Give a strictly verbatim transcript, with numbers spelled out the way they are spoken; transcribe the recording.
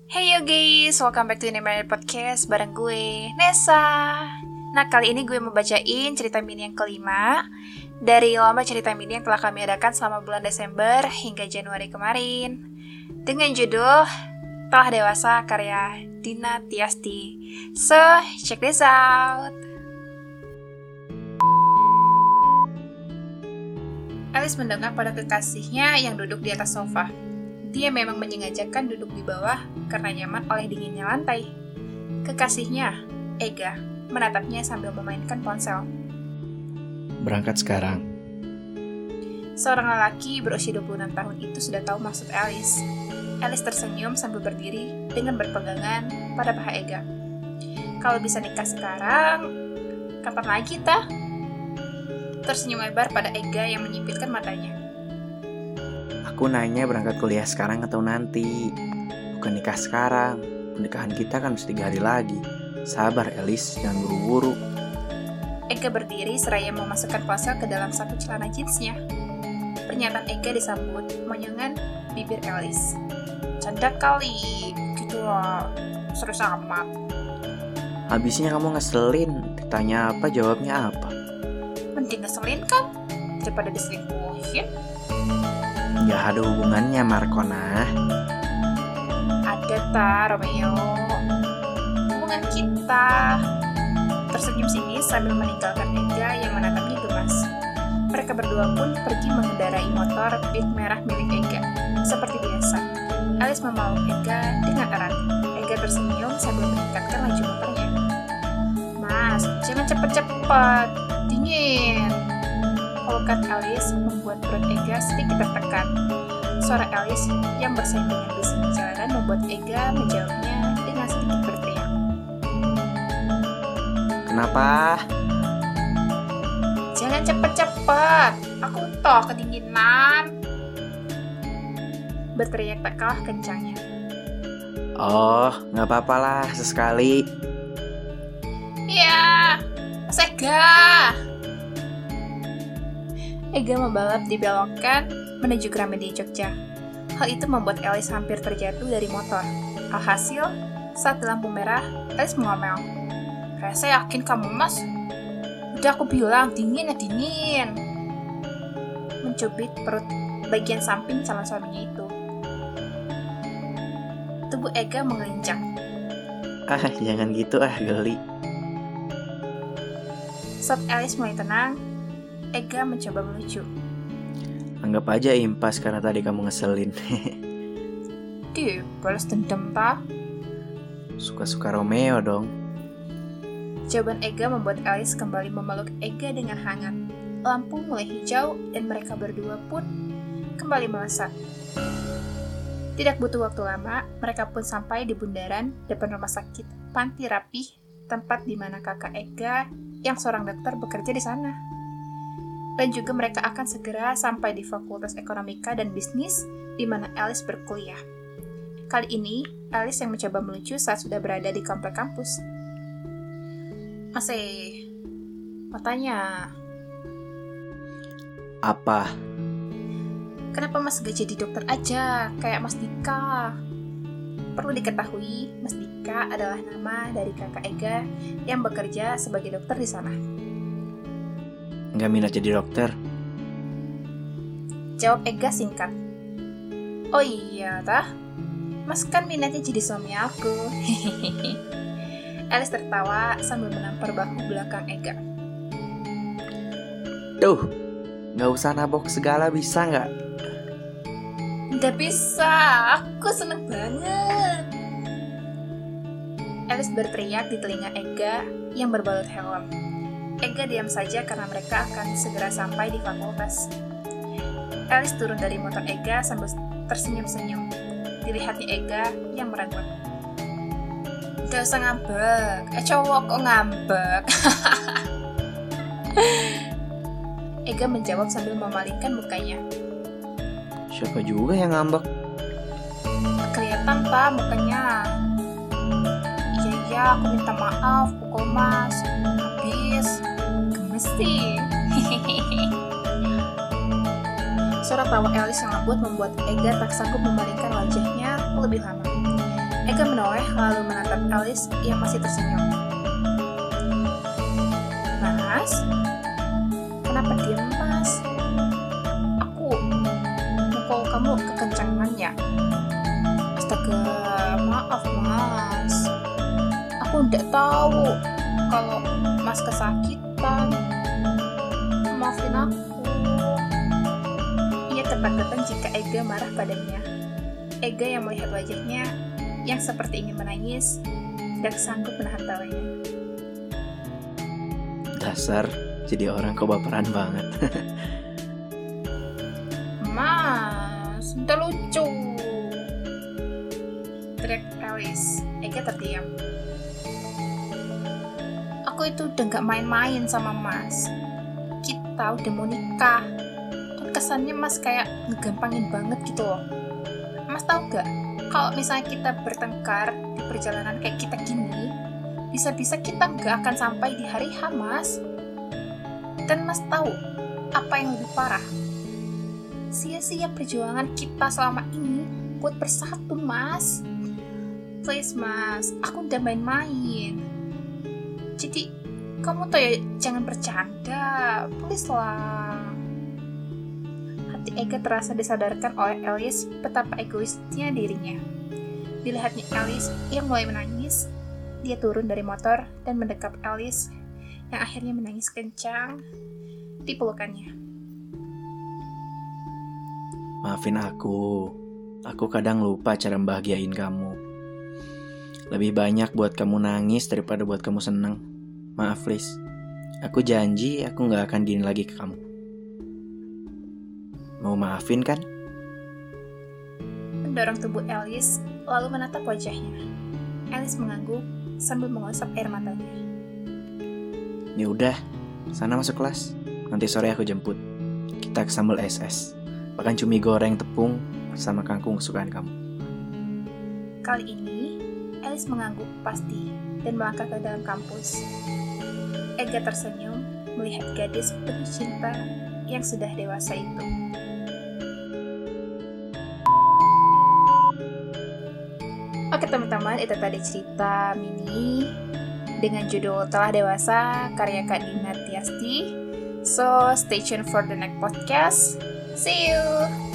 Hey yo guys, welcome back to Inemer Podcast bareng gue, Nessa. Nah, kali ini gue mau bacain cerita mini yang kelima dari lomba cerita mini yang telah kami adakan selama bulan Desember hingga Januari kemarin, dengan judul Telah Dewasa karya Dina Tiasti. So, check this out. Alice mendengar pada kekasihnya yang duduk di atas sofa. Dia memang menyengajakan duduk di bawah karena nyaman oleh dinginnya lantai. Kekasihnya, Ega, menatapnya sambil memainkan ponsel. Berangkat sekarang. Seorang lelaki berusia dua puluh enam tahun itu sudah tahu maksud Alice. Alice tersenyum sambil berdiri dengan berpegangan pada paha Ega. Kalau bisa nikah sekarang, kapan lagi tah? Tersenyum lebar pada Ega yang menyipitkan matanya. Aku nanya berangkat kuliah sekarang atau nanti. Bukan nikah sekarang. Pernikahan kita kan mesti tiga hari lagi. Sabar Alice, jangan buru-buru. Ega berdiri seraya memasukkan ponsel ke dalam saku celana jeansnya. Pernyataan Ega disambut monyengan bibir Alice. Canda kali, gitu loh. Serius amat. Habisnya kamu ngeselin. Ditanya apa, jawabnya apa? Mending ngeselin kan? Daripada diselingkuhin. Gak ada hubungannya, Markona. Ada ta, Romeo. Hubungan kita. Tersenyum sinis sambil meninggalkan Ega yang menatapnya gemas. Mereka berdua pun pergi mengendarai motor Beat merah milik Ega. Seperti biasa, Alice memeluk Ega dengan erat. Ega tersenyum sambil meningkatkan laju motornya. Mas, jangan cepet-cepet. Dingin. Pelukan Alice membuat perut Ega sedikit tertekan. Suara Alice yang bersaing dengan bis di jalanan membuat Ega menjawabnya dengan sedikit berteriak. Kenapa? Jangan cepet-cepet, aku toh kedinginan. Berteriak tak kalah kencangnya. Oh, gak apa-apa lah, sesekali. Ya, Mas Ega. Ega membalap di belokan menuju Gramedia Jogja. Hal itu membuat Alice hampir terjatuh dari motor. Alhasil, saat di lampu merah, Alice mengomel. Kayak saya yakin kamu, Mas. Udah aku bilang, dingin ya dingin. Mencubit perut bagian samping calon suaminya itu. Tubuh Ega mengelincang. Ah, jangan gitu ah, geli. Saat Alice mulai tenang, Ega mencoba melucu. Anggap aja impas karena tadi kamu ngeselin. Di, balas dendam ta? Suka-suka Romeo dong. Jawaban Ega membuat Alice kembali memeluk Ega dengan hangat. Lampu mulai hijau dan mereka berdua pun kembali melesat. Tidak butuh waktu lama, mereka pun sampai di bundaran depan rumah sakit Panti Rapih, tempat di mana kakak Ega yang seorang dokter bekerja di sana. Dan juga mereka akan segera sampai di Fakultas Ekonomika dan Bisnis di mana Alice berkuliah. Kali ini, Alice yang mencoba melucu saat sudah berada di komplek kampus. Masih, mau tanya. Apa? Kenapa Mas gak jadi dokter aja, kayak Mas Dika? Perlu diketahui, Mas Dika adalah nama dari kakak Ega yang bekerja sebagai dokter di sana. Gak minat jadi dokter? Jawab Ega singkat. Oh iya, tah? Mas kan minatnya jadi suami aku. Alice tertawa sambil menampar bahu belakang Ega. Duh, gak usah nabok segala bisa gak? Gak bisa, aku seneng banget. Alice berteriak di telinga Ega yang berbalut helm. Ega diam saja karena mereka akan segera sampai di fakultas. Alice turun dari motor Ega sambil tersenyum-senyum. Dilihatnya Ega yang meragut. Gak usah ngambek, eh cowok kok ngambek. Ega menjawab sambil memalingkan mukanya. Siapa juga yang ngambek? Kelihatan pak mukanya. Iya iya, aku minta maaf, pukul mas. Habis gemes sih. Suara tawa Alice yang lembut membuat Ega tak sanggup memalingkan wajahnya lebih lama. Ega menoleh lalu menatap Alice yang masih tersenyum. Mas, kenapa diam mas? Aku mukul kamu kekencangan ya? Astaga, maaf mas. Aku tidak tahu kalau mas kesakitan. Maafin aku. Ia tertekan jika Ega marah padanya. Ega yang melihat wajahnya yang seperti ingin menangis, tidak sanggup menahan tawanya. Dasar, jadi orang kok baperan banget. Mas, udah lucu. Teriak Alice. Ega terdiam. Aku itu udah gak main-main sama mas. Kita udah mau nikah. Dan kesannya mas kayak ngegampangin banget gitu loh. Mas tahu gak, kalau misalnya kita bertengkar di perjalanan kayak kita gini, bisa-bisa kita gak akan sampai di hari H, mas. Dan mas tahu apa yang lebih parah? Sia-sia perjuangan kita selama ini buat bersatu, mas. Please, mas, aku udah main-main. Jadi, kamu tuh ya jangan bercanda, please lah. Hati Ega terasa disadarkan oleh Alice betapa egoisnya dirinya. Dilihatnya Alice yang mulai menangis, dia turun dari motor dan mendekap Alice yang akhirnya menangis kencang di pelukannya. Maafin aku, aku kadang lupa cara membahagiain kamu. Lebih banyak buat kamu nangis daripada buat kamu seneng. Maaf, Liz. Aku janji aku gak akan gini lagi ke kamu. Mau maafin kan? Mendorong tubuh Alice, lalu menatap wajahnya. Alice mengangguk sambil mengusap air matanya. Ya udah, sana masuk kelas. Nanti sore aku jemput. Kita ke sambal S S. Bahkan cumi goreng tepung sama kangkung kesukaan kamu. Kali ini, Alice mengangguk pasti dan melangkah ke dalam kampus. Ega tersenyum melihat gadis penuh cinta yang sudah dewasa itu. Oke teman-teman, itu tadi cerita mini dengan judul Telah Dewasa karya Kak Dina Tiasti. So, stay tuned for the next podcast. See you!